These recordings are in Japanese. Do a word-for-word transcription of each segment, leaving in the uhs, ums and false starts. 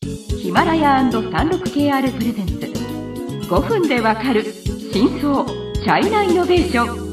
ヒマラヤ さんじゅうろくケーアール プレゼンツごふんでわかる真相チャイナイノベーション。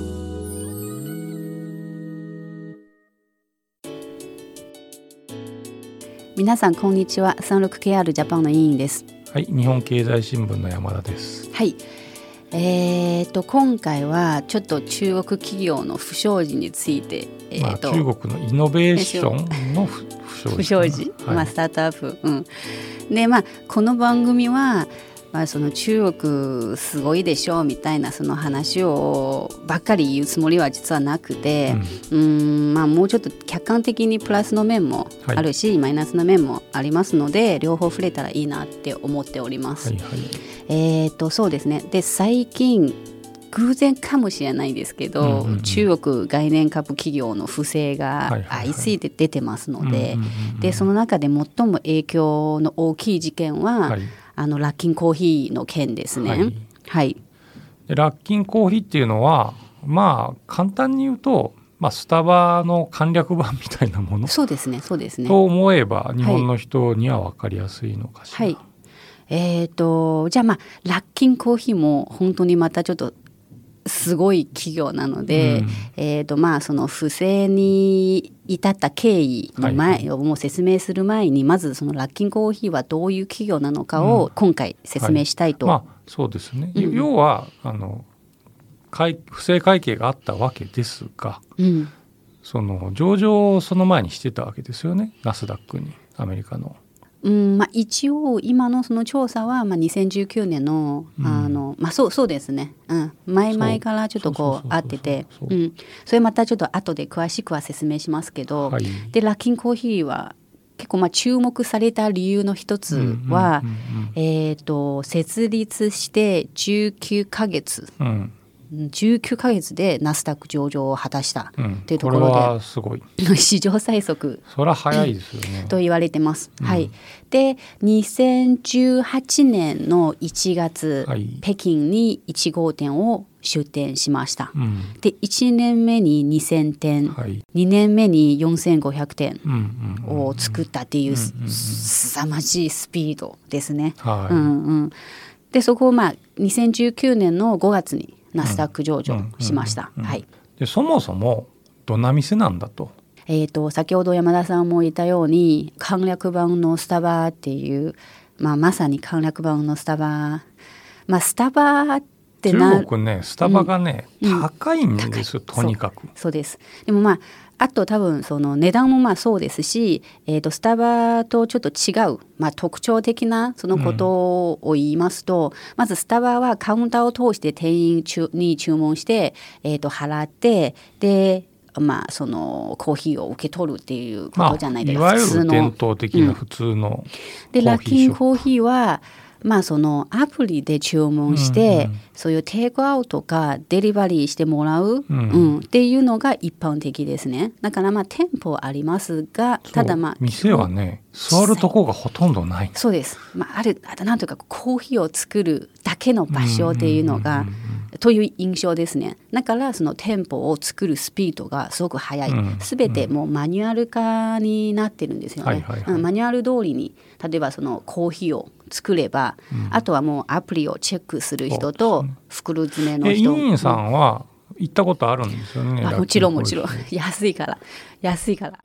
皆さんこんにちは。 さんじゅうろくケーアール ジャパンの委員です。 はい、日本経済新聞の山田です。 はい、えー、と今回はちょっと中国企業の不祥事について、えーとまあ、中国のイノベーションの不祥事不祥事、はい、まあ、スタートアップ、うんでまあ、この番組は、まあ、その中国すごいでしょみたいなその話をばっかり言うつもりは実はなくて、うん、うーん、まあ、もうちょっと客観的にプラスの面もあるし、はい、マイナスの面もありますので両方触れたらいいなって思っております。はいはい、えーとそうですね。で最近偶然かもしれないですけど、うんうんうん、中国概念株企業の不正が相次いで出てますので、でその中で最も影響の大きい事件は、はい、あのラッキンコーヒーの件ですね。はいはい、 でラッキンコーヒーっていうのはまあ簡単に言うと、まあ、スタバの簡略版みたいなものそうですね、そうですねと思えば日本の人には分かりやすいのかしら。 はいはい、えーとじゃあまあラッキンコーヒーも本当にまたちょっとすごい企業なので、うん、えーとまあ、その不正に至った経緯の前をもう説明する前に、まずそのラッキンコーヒーはどういう企業なのかを今回説明したいと、 うんはいまあ、そうですね、うん、要はあの不正会計があったわけですが、うん、その上場をその前にしてたわけですよね、ナスダックに、アメリカの。 うんまあ、一応今のその調査はまあにせんじゅうきゅうねん の、うんあのまあ、そうそうですね、うん、前々からちょっとこうあってて、それまたちょっと後で詳しくは説明しますけど、はい、でラッキンコーヒーは結構まあ注目された理由の一つは、えーと設立してじゅうきゅうかげつ、うんじゅうきゅうかげつでナスダック上場を果たしたというところで、うん、これはすごい史上最速それは早いですよねと言われてます、うんはい、でにせんじゅうはちねんのいちがつ、はい、北京にいち号店を出店しました、うん、でいちねんめににせんてん、はい、にねんめによんせんごひゃくてんを作ったっていうすさまじいスピードですね、はいうんうん、でそこをまあにせんじゅうきゅうねんのごがつにナスダック上場しました。 でそもそもどんな店なんだと。 えーと、先ほど山田さんも言ったように簡略版のスタバっていう、まあ、まさに簡略版のスタバ、まあ、スタバってな中国ねスタバがね、うん、高いんですよ、とにかく。 そう、そうです。でもまああと多分その値段もまあそうですし、えー、とスタバとちょっと違う、まあ、特徴的なそのことを言いますと、うん、まずスタバはカウンターを通して店員に注文して、えー、と払ってで、まあ、そのコーヒーを受け取るっていうことじゃないですか、 まあ、いわゆる伝統的な普通の、 うん、でラッキンコーヒーはまあ、そのアプリで注文して、うんうん、そういうテイクアウトかデリバリーしてもらう、うんうん、っていうのが一般的ですね。だからまあ店舗ありますが、ただまあ店はね座るとこがほとんどない。 そうです、まあ、あるあとなんというかコーヒーを作るだけの場所っていうのが、うんうんうんうん、という印象ですね。だからその店舗を作るスピードがすごく速い、すべ、うん、てもうマニュアル化になってるんですよね、はいはいはいうん、マニュアル通りに例えばそのコーヒーを作れば、うん、あとはもうアプリをチェックする人と袋詰めの人。 委員さんは行ったことあるんですよね。 あもちろんもちろん安いから安いから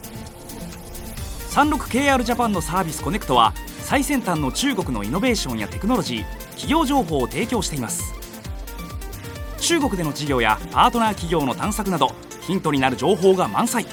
さんじゅうろくケーアール ジャパンのサービスコネクトは最先端の中国のイノベーションやテクノロジー、企業情報を提供しています。中国での事業やパートナー企業の探索などヒントになる情報が満載。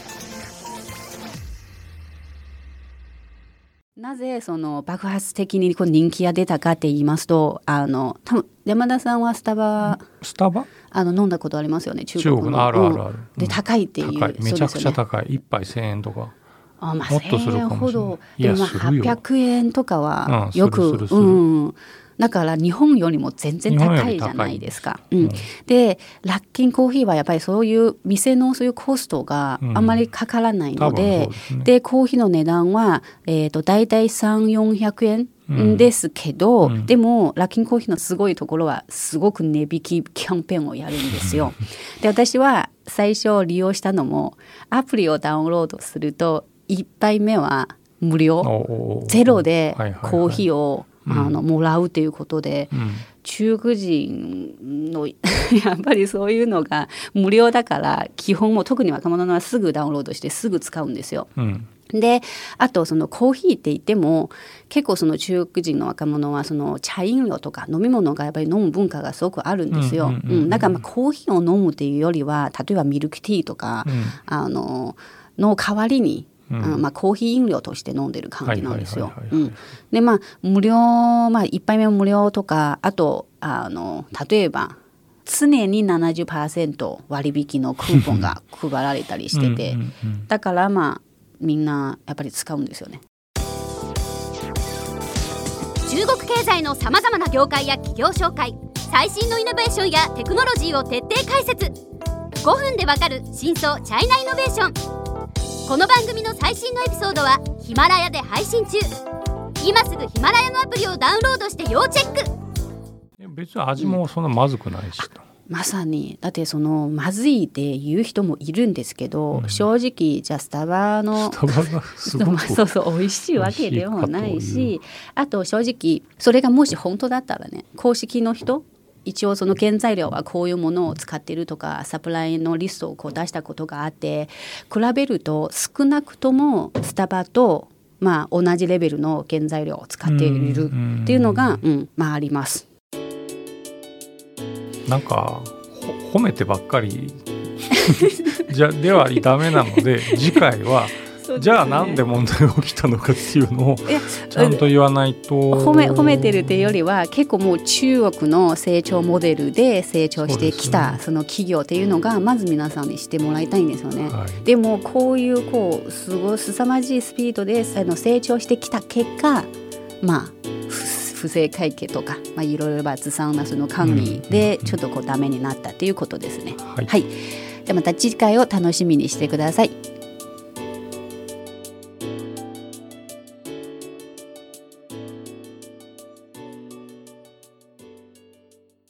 なぜその爆発的にこう人気が出たかって言いますと、あの多分山田さんはスタバスタバあの飲んだことありますよね。 中国 の, 中国のあるあるある、 うん、で高いっていう、 高いめちゃくちゃ高い、いっぱいせんえんとかあ、まあ、 もっとするかもしれない。 いや、でもまあはっぴゃくえんとかはよく、うん、するするする、うん、だから日本よりも全然高いじゃないですか。うん、でラッキンコーヒーはやっぱりそういう店のそういうコストがあんまりかからないので、うん、で、ね、でコーヒーの値段は、えー、とだいたいさんびゃく、よんひゃくえんですけど、うん、でもラッキンコーヒーのすごいところはすごく値引きキャンペーンをやるんですよ。で私は最初利用したのもアプリをダウンロードするといっぱいめは無料ゼロでコーヒーを、はいはいはい、あのもらうということで、うん、中国人のやっぱりそういうのが無料だから基本も特に若者はすぐダウンロードしてすぐ使うんですよ、うん、であとそのコーヒーって言っても結構その中国人の若者はその茶飲料とか飲み物がやっぱり飲む文化がすごくあるんですよ、うんうんうんうん、だからまあコーヒーを飲むっていうよりは例えばミルクティーとか、うん、あのの代わりにうんまあ、コーヒー飲料として飲んでる感じなんですよ。でまあ無料、まあ、一杯目無料とかあとあの例えば常に ななじゅっパーセント 割引のクーポンが配られたりしててうんうん、うん、だからまあみんなやっぱり使うんですよね。 中国経済のさまざまな業界や企業紹介、最新のイノベーションやテクノロジーを徹底解説。ごふんでわかる真相チャイナイノベーション。この番組の最新のエピソードはヒマラヤで配信中。今すぐヒマラヤのアプリをダウンロードして要チェック。 別に味もそんなまずくないし、うん、 まさにだってそのまずいって言う人もいるんですけど、うん、正直じゃあスタバのスタバがすごくそうそう美味しいわけでもないし、あと正直それがもし本当だったらね、公式の人一応その原材料はこういうものを使っているとかサプライのリストをこう出したことがあって、比べると少なくともスタバとまあ同じレベルの原材料を使っているっていうのが、うん、まああります。 なんか褒めてばっかりじゃではダメなので次回はね、じゃあなんで問題が起きたのかっていうのをちゃんと言わないと。 褒め、褒めてるっていうよりは結構もう中国の成長モデルで成長してきたその企業っていうのがまず皆さんにしてもらいたいんですよね、はい、でもこういうこうすごい凄まじいスピードであの成長してきた結果、まあ不正会計とか、まあ、いろいろずさんなその管理でちょっとこうダメになったっていうことですね、うんうんうん、はい、はい、でまた次回を楽しみにしてください。